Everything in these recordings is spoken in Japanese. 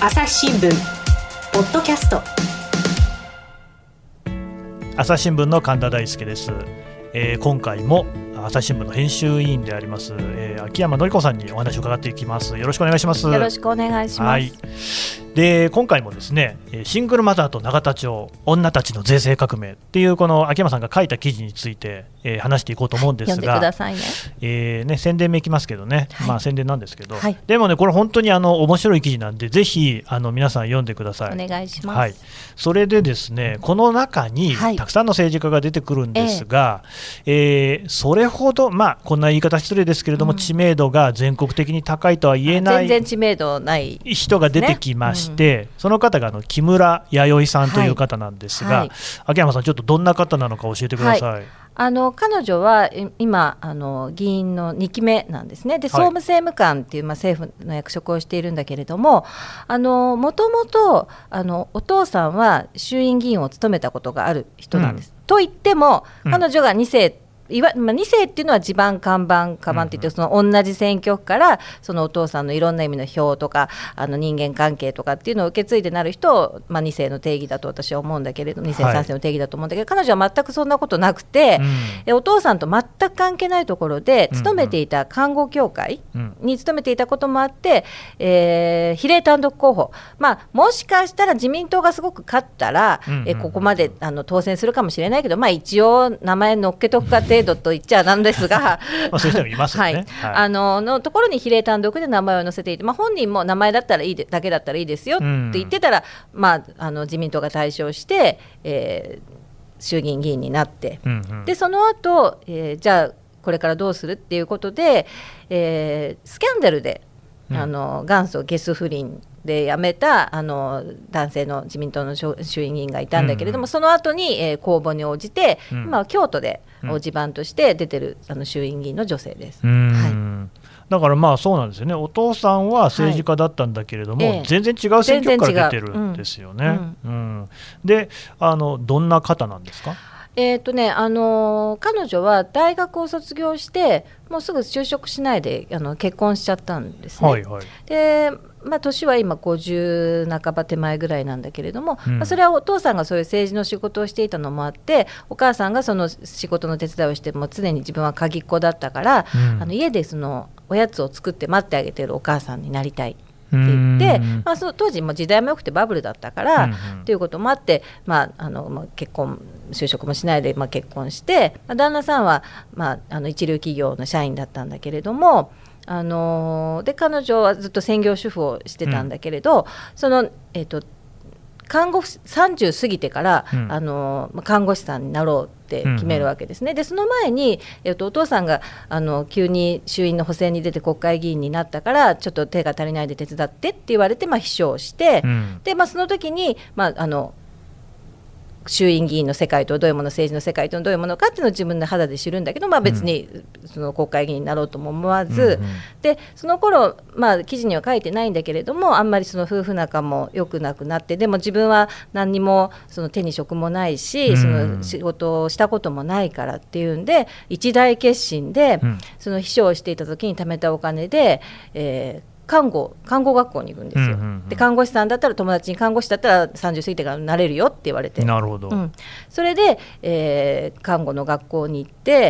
朝日新聞ポッドキャスト。 朝日新聞の神田大輔です。今回も朝日新聞の編集委員であります、秋山紀子さんにお話を伺っていきます。よろしくお願いします。 よろしくお願いします。 はい、で今回もですね、シングルマザーと永田町女たちの税制革命っていうこの秋山さんが書いた記事について、話していこうと思うんですが、 読んでくださいね。 宣伝めいきますけどね、 はい、 宣伝なんですけど、 はい、 でもねこれ本当に面白い記事なんでぜひ皆さん読んでください。 お願いします。 はい、それでですねこの中にはい、 たくさんの政治家が出てくるんですが、それほどこんな言い方失礼ですけれども、知名度が全国的に高いとは言えない全然知名度ない人が出てきまして、その方が木村弥生さんという方なんですが、秋山さんちょっとどんな方なのか教えてください。 彼女は今議員の2期目なんですね。で、総務政務官っていう政府の役職をしているんだけれども、もともとお父さんは衆院議員を務めたことがある人なんです、と言っても彼女が2世2世っていうのは地盤看板っていって、その同じ選挙区からそのお父さんのいろんな意味の票とか人間関係とかっていうのを受け継いでなる人を、2世の定義だと私は思うんだけれど、2世3世の定義だと思うんだけど、彼女は全くそんなことなくて、お父さんと全く関係ないところで勤めていた看護協会に勤めていたこともあって、比例単独候補、もしかしたら自民党がすごく勝ったら、ここまで当選するかもしれないけど、一応名前乗っけとくか程度と言っちゃなんですがそういう人もいますよね。 のところに比例単独で名前を載せていて、本人も名前だったらいいだけだったらいいですよって言ってたら、自民党が大勝して、衆議院議員になって、でその後、じゃあこれからどうするっていうことで、スキャンダルで元祖ゲス不倫で辞めた男性の自民党の衆院議員がいたんだけれども、その後に、公募に応じて、今は京都で地盤として出てる衆院議員の女性です。 だからそうなんですよね。お父さんは政治家だったんだけれども、全然違う選挙区から出てるんですよね。でどんな方なんですか？ 彼女は大学を卒業してもうすぐ就職しないで結婚しちゃったんですね。で年は今50半ば手前ぐらいなんだけれども、それはお父さんがそういう政治の仕事をしていたのもあって、お母さんがその仕事の手伝いをしても常に自分は鍵っ子だったから、家でそのおやつを作って待ってあげてるお母さんになりたいって言って、その当時も時代も良くてバブルだったからということもあって、結婚就職もしないで結婚して、旦那さんは、一流企業の社員だったんだけれども、で彼女はずっと専業主婦をしてたんだけれど、その、看護師30過ぎてから、看護師さんになろうって決めるわけですね。でその前に、お父さんが急に衆院の補選に出て国会議員になったからちょっと手が足りないで手伝ってって言われて、秘書をして、でその時に、衆院議員の世界とどういうもの、政治の世界とどういうものかっていうのを自分で肌で知るんだけど、別にその国会議員になろうとも思わず、でその頃、記事には書いてないんだけれども、あんまりその夫婦仲も良くなくなって、でも自分は何にもその手に職もないし、その仕事をしたこともないからっていうんで、一大決心で、その秘書をしていた時に貯めたお金で、看護学校に行くんですよ。で看護師さんだったら、友達に看護師だったら30過ぎてからなれるよって言われて、 なるほど、 それで、看護の学校に行って、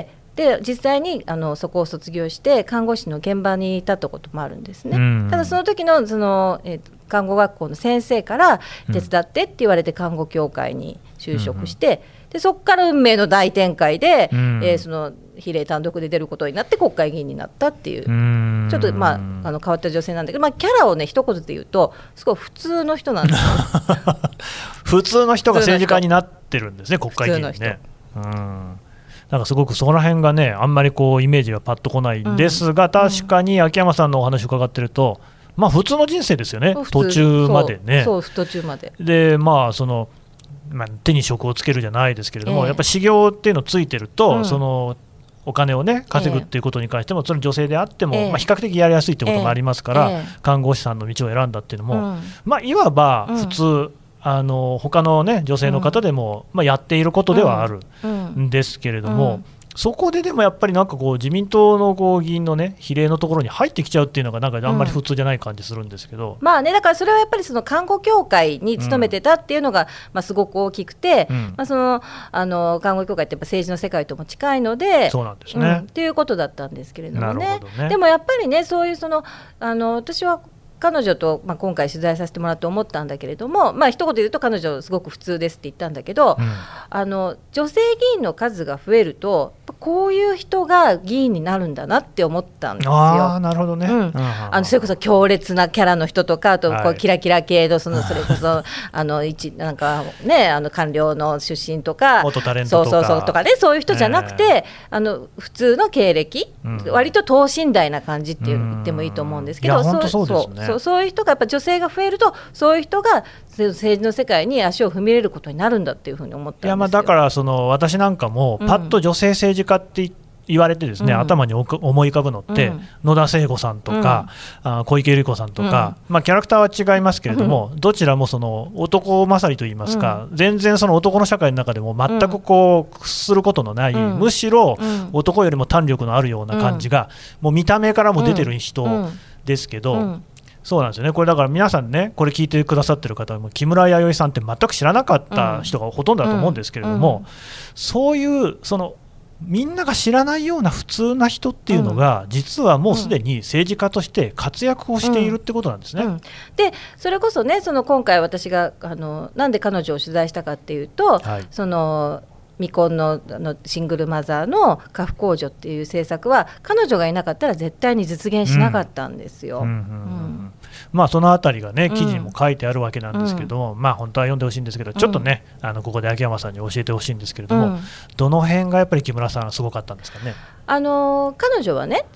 で実際にそこを卒業して看護師の現場に立ったこともあるんですね。ただその時の、看護学校の先生から手伝ってって言われて看護協会に就職して、でそこから運命の大展開で、その比例単独で出ることになって国会議員になったっていう、ちょっと変わった女性なんだけど、キャラをね一言で言うとすごい普通の人なんですよ普通の人が政治家になってるんですね、国会議員ね。なんかすごくその辺がね、あんまりこうイメージがパッとこないんですが、確かに秋山さんのお話を伺ってると、普通の人生ですよね、途中までね。 そう途中まででその手に職をつけるじゃないですけれども、やっぱり修行っていうのついてると、そのお金をね稼ぐっていうことに関しても、その女性であっても、比較的やりやすいってこともありますから、看護師さんの道を選んだっていうのも、いわば普通、他のね女性の方でも、やっていることではあるんですけれども、 そこででもやっぱりなんかこう自民党のこう議員のね比例のところに入ってきちゃうっていうのがなんかあんまり普通じゃない感じするんですけど、 まあね、だからそれはやっぱりその看護協会に勤めてたっていうのがまあすごく大きくて、まあ、その看護協会ってやっぱ政治の世界とも近いので、 そうなんですね、 っていうことだったんですけれどもなるね。 ほどね。 でもやっぱりね、そういう私は彼女と、今回取材させてもらって思ったんだけれども、一言で言うと彼女すごく普通ですって言ったんだけど、女性議員の数が増えるとこういう人が議員になるんだなって思ったんですよ。 なるほどね、 それこそ強烈なキャラの人とか、あとこうキラキラ系のそれこそなんかね、官僚の出身とか元タレントとかそうとかね、そういう人じゃなくて、普通の経歴、割と等身大な感じって言ってもいいと思うんですけど、そういう人がやっぱ女性が増えると、そういう人が政治の世界に足を踏み入れることになるんだっていうふうに思ったんですよ。 いや、だから私なんかもパッと女性政治家って言われてですね、頭に思い浮かぶのって、野田聖子さんとか、小池百合子さんとか、キャラクターは違いますけれども、どちらも男勝りといいますか、全然男の社会の中でも全く屈することのない、むしろ男よりも胆力のあるような感じが、もう見た目からも出てる人ですけど、そうなんですよね。これだから皆さんね、これ聞いてくださってる方も木村弥生さんって全く知らなかった人がほとんどだと思うんですけれども、そういうみんなが知らないような普通な人っていうのが、実はもうすでに政治家として活躍をしているってことなんですね。 でそれこそね、今回私がなんで彼女を取材したかっていうと、未婚のシングルマザーの家父控除っていう政策は彼女がいなかったら絶対に実現しなかったんですよ。 そのあたりがね記事にも書いてあるわけなんですけども、本当は読んでほしいんですけど、ちょっとね、ここで秋山さんに教えてほしいんですけれども、どの辺がやっぱり木村さんすごかったんですかね。 彼女はね、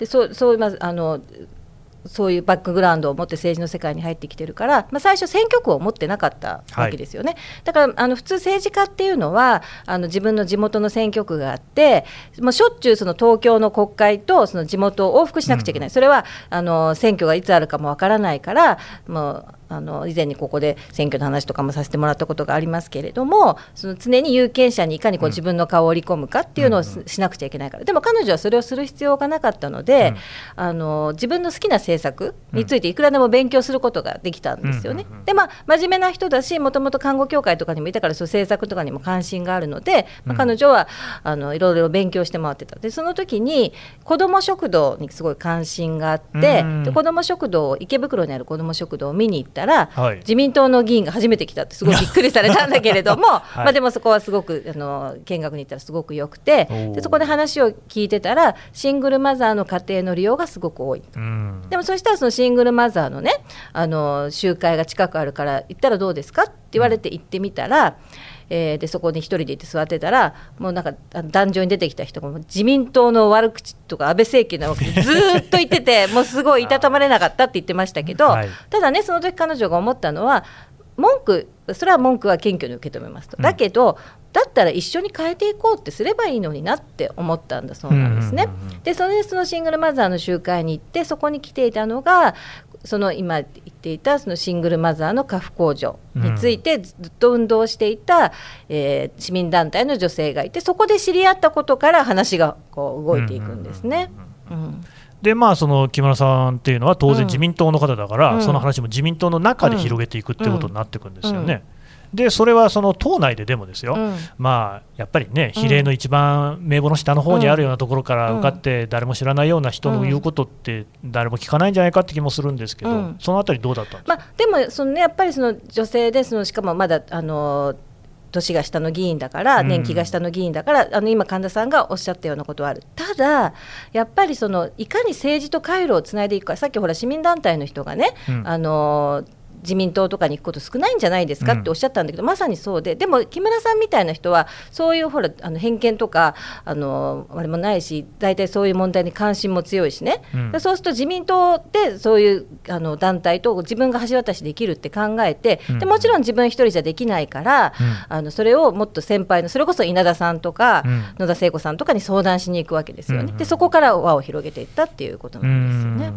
そういうバックグラウンドを持って政治の世界に入ってきてるから、最初選挙区を持ってなかったわけですよね。だから普通政治家っていうのは自分の地元の選挙区があって、しょっちゅう東京の国会と地元を往復しなくちゃいけない。それは選挙がいつあるかもわからないから、もう以前にここで選挙の話とかもさせてもらったことがありますけれども、常に有権者にいかに自分の顔を織り込むかっていうのをしなくちゃいけないから。でも彼女はそれをする必要がなかったので、自分の好きな政策についていくらでも勉強することができたんですよね。で真面目な人だし、もともと看護協会とかにもいたから、そう政策とかにも関心があるので、彼女はいろいろ勉強して回ってた。でその時に子ども食堂にすごい関心があって、で子ども食堂、池袋にある子ども食堂を見に行ったら、自民党の議員が初めて来たってすごいびっくりされたんだけれども、でもそこはすごく見学に行ったらすごく良くて、でそこで話を聞いてたら、シングルマザーの家庭の利用がすごく多い。でもそしたらシングルマザーのね集会が近くあるから行ったらどうですかって言われて行ってみたら、でそこに一人で行って座ってたら、もうなんか壇上に出てきた人が自民党の悪口とか安倍政権の悪口ずっと言っててもうすごいいたたまれなかったって言ってましたけど、ただね、その時彼女が思ったのは、それは文句は謙虚に受け止めますと、だけどだったら一緒に変えていこうってすればいいのになって思ったんだそうなんですね。でそれでそのシングルマザーの集会に行って、そこに来ていたのが今言っていたシングルマザーの家父控除についてずっと運動していた、市民団体の女性がいて、そこで知り合ったことから話が動いていくんですね。 で木村さんっていうのは当然自民党の方だから、その話も自民党の中で広げていくってことになっていくんですよね。でそれは党内ででもですよ、やっぱりね、比例の一番名簿の下の方にあるようなところから受かって誰も知らないような人の言うことって誰も聞かないんじゃないかって気もするんですけど、そのあたりどうだったんですか。 でもやっぱり女性でしかもまだ年が下の議員だから、年季が下の議員だから、今神田さんがおっしゃったようなことはある。ただやっぱりいかに政治と回路をつないでいくか、さっきほら市民団体の人がね、自民党とかに行くこと少ないんじゃないですかっておっしゃったんだけど、まさにそうで、でも木村さんみたいな人はそういう偏見とかあれもないし、大体そういう問題に関心も強いしね、そうすると自民党でそういう団体と自分が橋渡しできるって考えて、でもちろん自分一人じゃできないから、それをもっと先輩のそれこそ稲田さんとか、野田聖子さんとかに相談しに行くわけですよね。でそこから輪を広げていったっていうことなんですよね。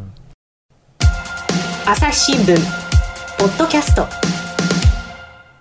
朝日新聞ポッドキャスト、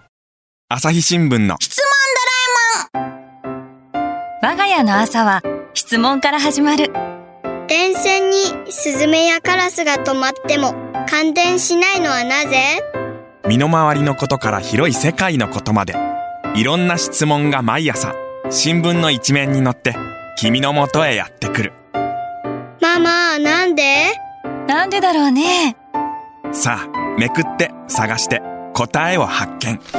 朝日新聞の質問ドラえもん。我が家の朝は質問から始まる。 電線にスズメやカラスが止まっても感電しないのはなぜ？ 身の回りのことから広い世界のことまで、いろんな質問が毎朝新聞の一面に載って君の元へやってくる。 ママ、なんで？ なんでだろうね。 さあ、めくって探して答えを発見。 あった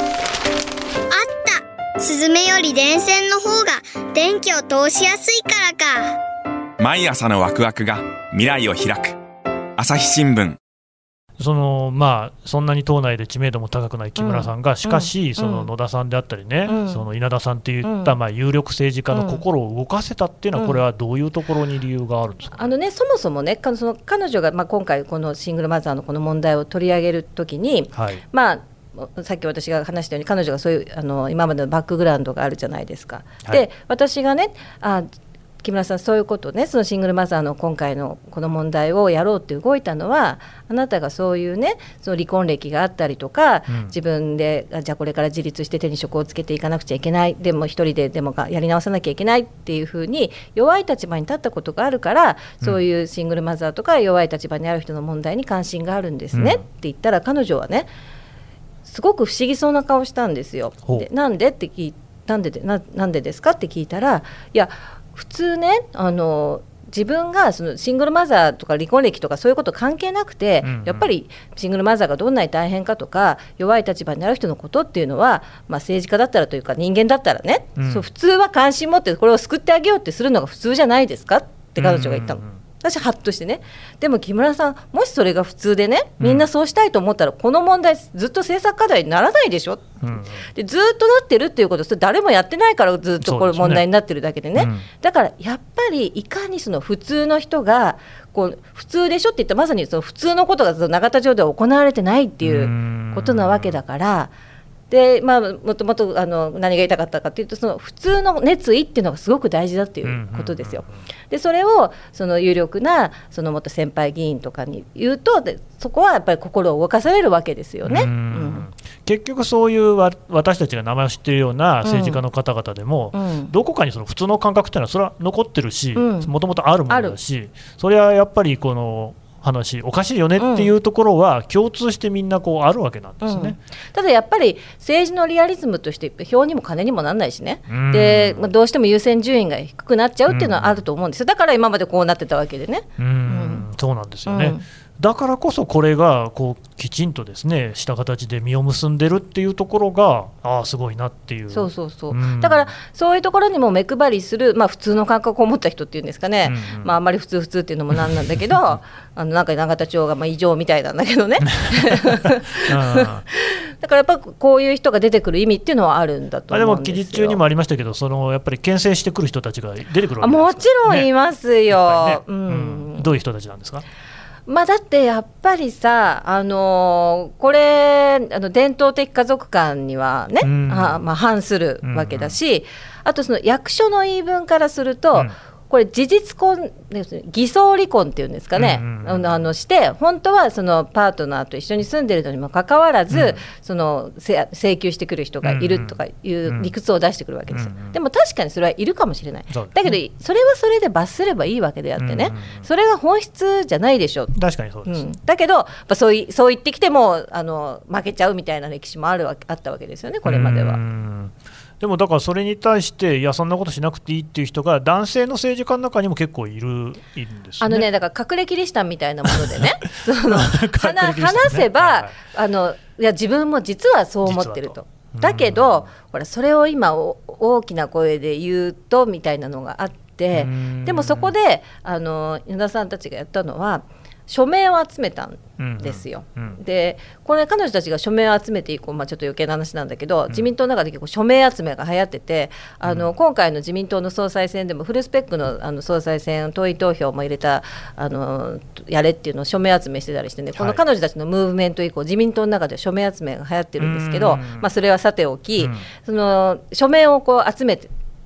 ！スズメより電線の方が電気を通しやすいからか。 毎朝のワクワクが未来を開く。朝日新聞。 そんなに党内で知名度も高くない木村さんが、しかし、その野田さんであったりね、その稲田さんっていった、有力政治家の心を動かせたっていうのは、これはどういうところに理由があるんですか？ そもそもね、その彼女が、今回このシングルマザーのこの問題を取り上げるときに、 はい、 さっき私が話したように彼女がそういう今までのバックグラウンドがあるじゃないですか。 はい、 で私がね木村さん、そういうことね、そのシングルマザーの今回のこの問題をやろうって動いたのは、あなたがそういうね、その離婚歴があったりとか、自分でじゃあこれから自立して手に職をつけていかなくちゃいけない、でも一人ででもやり直さなきゃいけないっていうふうに弱い立場に立ったことがあるから、そういうシングルマザーとか弱い立場にある人の問題に関心があるんですねって言ったら、彼女はねすごく不思議そうな顔したんですよ。でなんでですかって聞いたら、いや普通ね、自分がそのシングルマザーとか離婚歴とかそういうこと関係なくて、やっぱりシングルマザーがどんなに大変かとか弱い立場になる人のことっていうのは、政治家だったらというか人間だったらね、そう普通は関心持ってこれを救ってあげようってするのが普通じゃないですかって彼女が言ったの。私ハッとしてね、でも木村さん、もしそれが普通でね、みんなそうしたいと思ったら、この問題ずっと政策課題にならないでしょ、でずっとなってるっていうこと、それ誰もやってないからずっとこれ問題になってるだけでね、だからやっぱりいかにその普通の人が普通でしょって言ったら、まさにその普通のことが永田町では行われてないっていうことなわけだから。でもともと何が言いたかったかというと、その普通の熱意っていうのがすごく大事だっていうことですよ。でそれをその有力なその元先輩議員とかに言うと、そこはやっぱり心を動かされるわけですよね。 結局そういう私たちが名前を知っているような政治家の方々でも、どこかにその普通の感覚っていうのはそれは残ってるし、もともとあるものだし、それはやっぱりこの話おかしいよねっていうところは共通してみんなあるわけなんですね。 ただやっぱり政治のリアリズムとして票にも金にもならないしね、でどうしても優先順位が低くなっちゃうっていうのはあると思うんですよ。だから今までこうなってたわけでね。 そうなんですよね。だからこそこれがきちんとですねした形で実を結んでるっていうところがすごいなっていう。だからそういうところにも目配りする、普通の感覚を持った人っていうんですかね、あんまり普通っていうのもなんなんだけどなんか永田町が異常みたいなんだけどねだからやっぱこういう人が出てくる意味っていうのはあるんだと思うんですよ。でも記事中にもありましたけど、やっぱり牽制してくる人たちが出てくるわけですもちろんいますよ、 どういう人たちなんですか？ だってやっぱりさ、これ伝統的家族観にはね、反するわけだし、あとその役所の言い分からすると、これ事実婚、偽装離婚っていうんですかね、して本当はそのパートナーと一緒に住んでるのにもかかわらず、その請求してくる人がいるとかいう理屈を出してくるわけですよ。でも確かにそれはいるかもしれない。だけどそれはそれで罰すればいいわけであってね、それが本質じゃないでしょ。 確かにそうです、 だけどそう言ってきても負けちゃうみたいな歴史もあったわけですよね、これまでは。 でもだからそれに対していやそんなことしなくていいっていう人が男性の政治家の中にも結構いるんですね。 だから隠れキリシタンみたいなものでね話せば、いや自分も実はそう思ってると。だけどほらそれを今大きな声で言うとみたいなのがあって、でもそこで稲田さんたちがやったのは署名を集めたんですよ。でこれ彼女たちが署名を集めて以降、ちょっと余計な話なんだけど、自民党の中で結構署名集めが流行ってて、今回の自民党の総裁選でもフルスペックの、総裁選統一投票も入れたやれっていうのを署名集めしてたりしてね、この彼女たちのムーブメント以降自民党の中で署名集めが流行ってるんですけど、それはさておき、その署名を集めて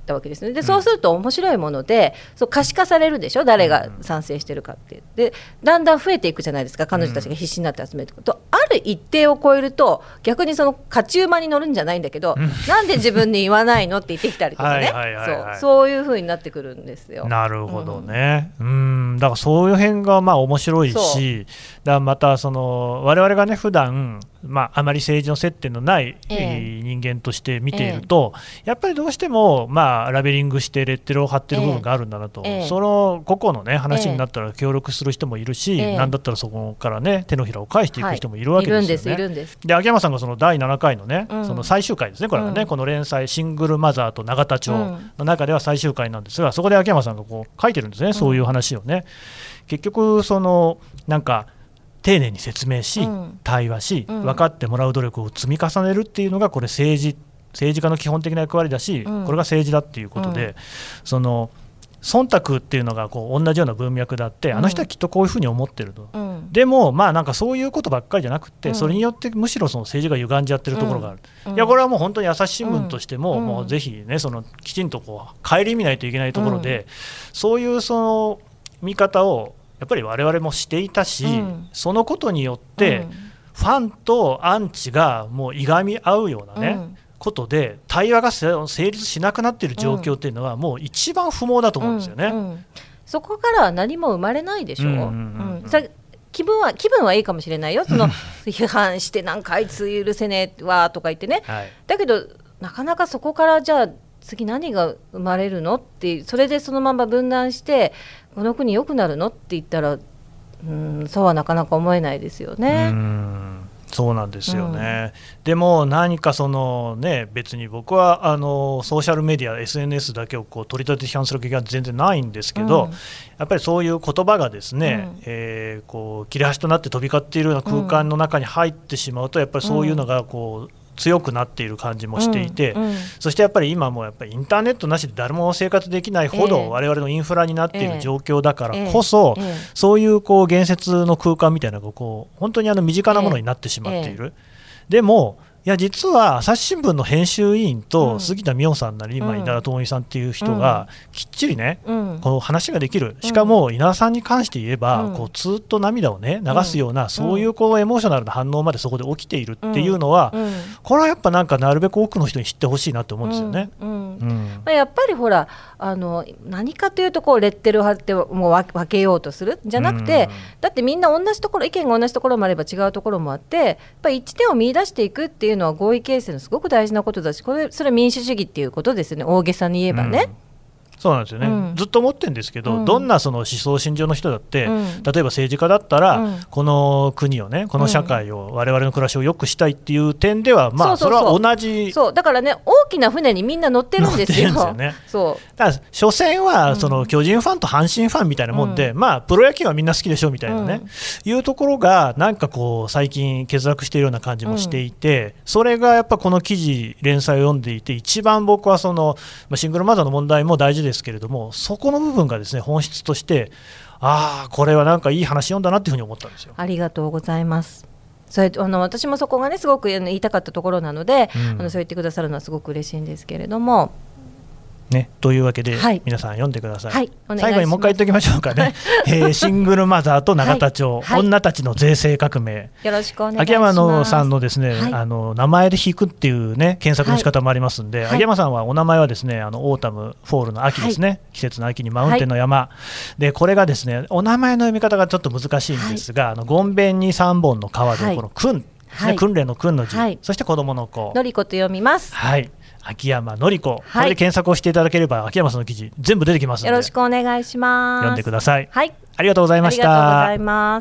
たわけですね。でそうすると面白いもので、そう可視化されるでしょ、誰が賛成してるかって。でだんだん増えていくじゃないですか、彼女たちが必死になって集めていくと、ある一定を超えると逆にその勝ち馬に乗るんじゃないんだけど、なんで自分に言わないのって言ってきたりとかね、そういう風になってくるんですよ。 なるほどね、だからそういう辺がまあ面白いし、だからまたその我々がね普段あまり政治の接点のない人間として見ていると、やっぱりどうしてもラベリングしてレッテルを貼ってる部分があるんだなと、その個々のね話になったら協力する人もいるし、なんだったらそこからね手のひらを返していく人もいるわけですよね。で秋山さんがその第7回のね、その最終回ですね、これはね、この連載シングルマザーと永田町の中では最終回なんですが、そこで秋山さんがこう書いてるんですね、そういう話をね。結局そのなんか丁寧に説明し、対話し、分かってもらう努力を積み重ねるっていうのがこれ政治家の基本的な役割だし、これが政治だっていうことで、その忖度っていうのがこう同じような文脈だって、あの人はきっとこういうふうに思ってると、でもなんかそういうことばっかりじゃなくて、それによってむしろその政治が歪んじゃってるところがある、いやこれはもう本当に朝日新聞としても、もうぜひねそのきちんとこう顧みないといけないところで、そういうその見方をやっぱり我々もしていたし、そのことによってファンとアンチがもういがみ合うようなね、ことで対話が成立しなくなっている状況っていうのはもう一番不毛だと思うんですよね。 そこからは何も生まれないでしょ。気分はいいかもしれないよ、その批判してなんかあいつ許せねえわとか言ってね、だけどなかなかそこからじゃあ次何が生まれるのって、それでそのまま分断してこの国良くなるのって言ったら、そうはなかなか思えないですよね。 そうなんですよね、でも何かその、ね、別に僕はソーシャルメディア SNS だけをこう取り立て批判する気が全然ないんですけど、やっぱりそういう言葉がですね、こう切れ端となって飛び交っているような空間の中に入ってしまうと、やっぱりそういうのがこう強くなっている感じもしていて、そしてやっぱり今もやっぱりインターネットなしで誰も生活できないほど我々のインフラになっている状況だからこそ、そういうこう言説の空間みたいなのがこう本当に身近なものになってしまっている。でもいや実は朝日新聞の編集委員と杉田水脈さんなり、稲田朋美さんっていう人がきっちりね、こう話ができる、しかも稲田さんに関して言えば、こうずっと涙をね流すような、そういうこうエモーショナルな反応までそこで起きているっていうのは、これはやっぱなんかなるべく多くの人に知ってほしいなと思うんですよね。 やっぱりほら何かというとこうレッテルを貼ってもう分けようとするじゃなくて、だってみんな同じところ、意見が同じところもあれば違うところもあって、やっぱり一致点を見出していくっていうのは合意形成のすごく大事なことだし、それは民主主義っていうことですよね、大げさに言えばね。 そうなんですよね、ずっと思ってるんですけど、どんなその思想信条の人だって、例えば政治家だったら、この国をね、この社会を、我々の暮らしを良くしたいっていう点では、それは同じ。 そうだからね、大きな船にみんな乗ってるんですよ。 ただ所詮はその巨人ファンと阪神ファンみたいなもんで、プロ野球はみんな好きでしょみたいなね、いうところがなんかこう最近欠落しているような感じもしていて、それがやっぱこの記事連載を読んでいて一番僕はそのシングルマザーの問題も大事ですけれども、そこの部分がですね本質として、これはなんかいい話読んだなっていうふうに思ったんですよ。 ありがとうございます。それ私もそこがねすごく言いたかったところなので、そう言ってくださるのはすごく嬉しいんですけれどもね、というわけで、皆さん読んでください。 最後にもう一回言っておきましょうかね。シングルマザーと永田町、女たちの税制革命。 よろしくお願いします。 秋山さんのですね、名前で引くっていうね検索の仕方もありますんで、秋山さんはお名前はですねオータムフォールの秋ですね、季節の秋にマウンテンの山、でこれがですねお名前の読み方がちょっと難しいんですが、ごんべんに3本の川でこの訓ですね、訓練の訓の字、そして子供の子のりこと読みます。 秋山のり子、これで検索をしていただければ秋山さんの記事全部出てきますので、 よろしくお願いします。 読んでください。ありがとうございました。 ありがとうございます。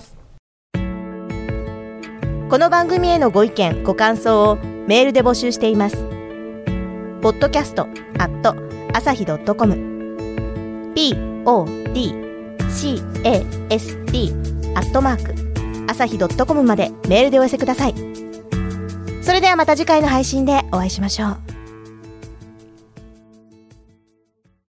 この番組へのご意見ご感想をメールで募集しています。podcast@asahi.com podcast@asahi.com までメールでお寄せください。それではまた次回の配信でお会いしましょう。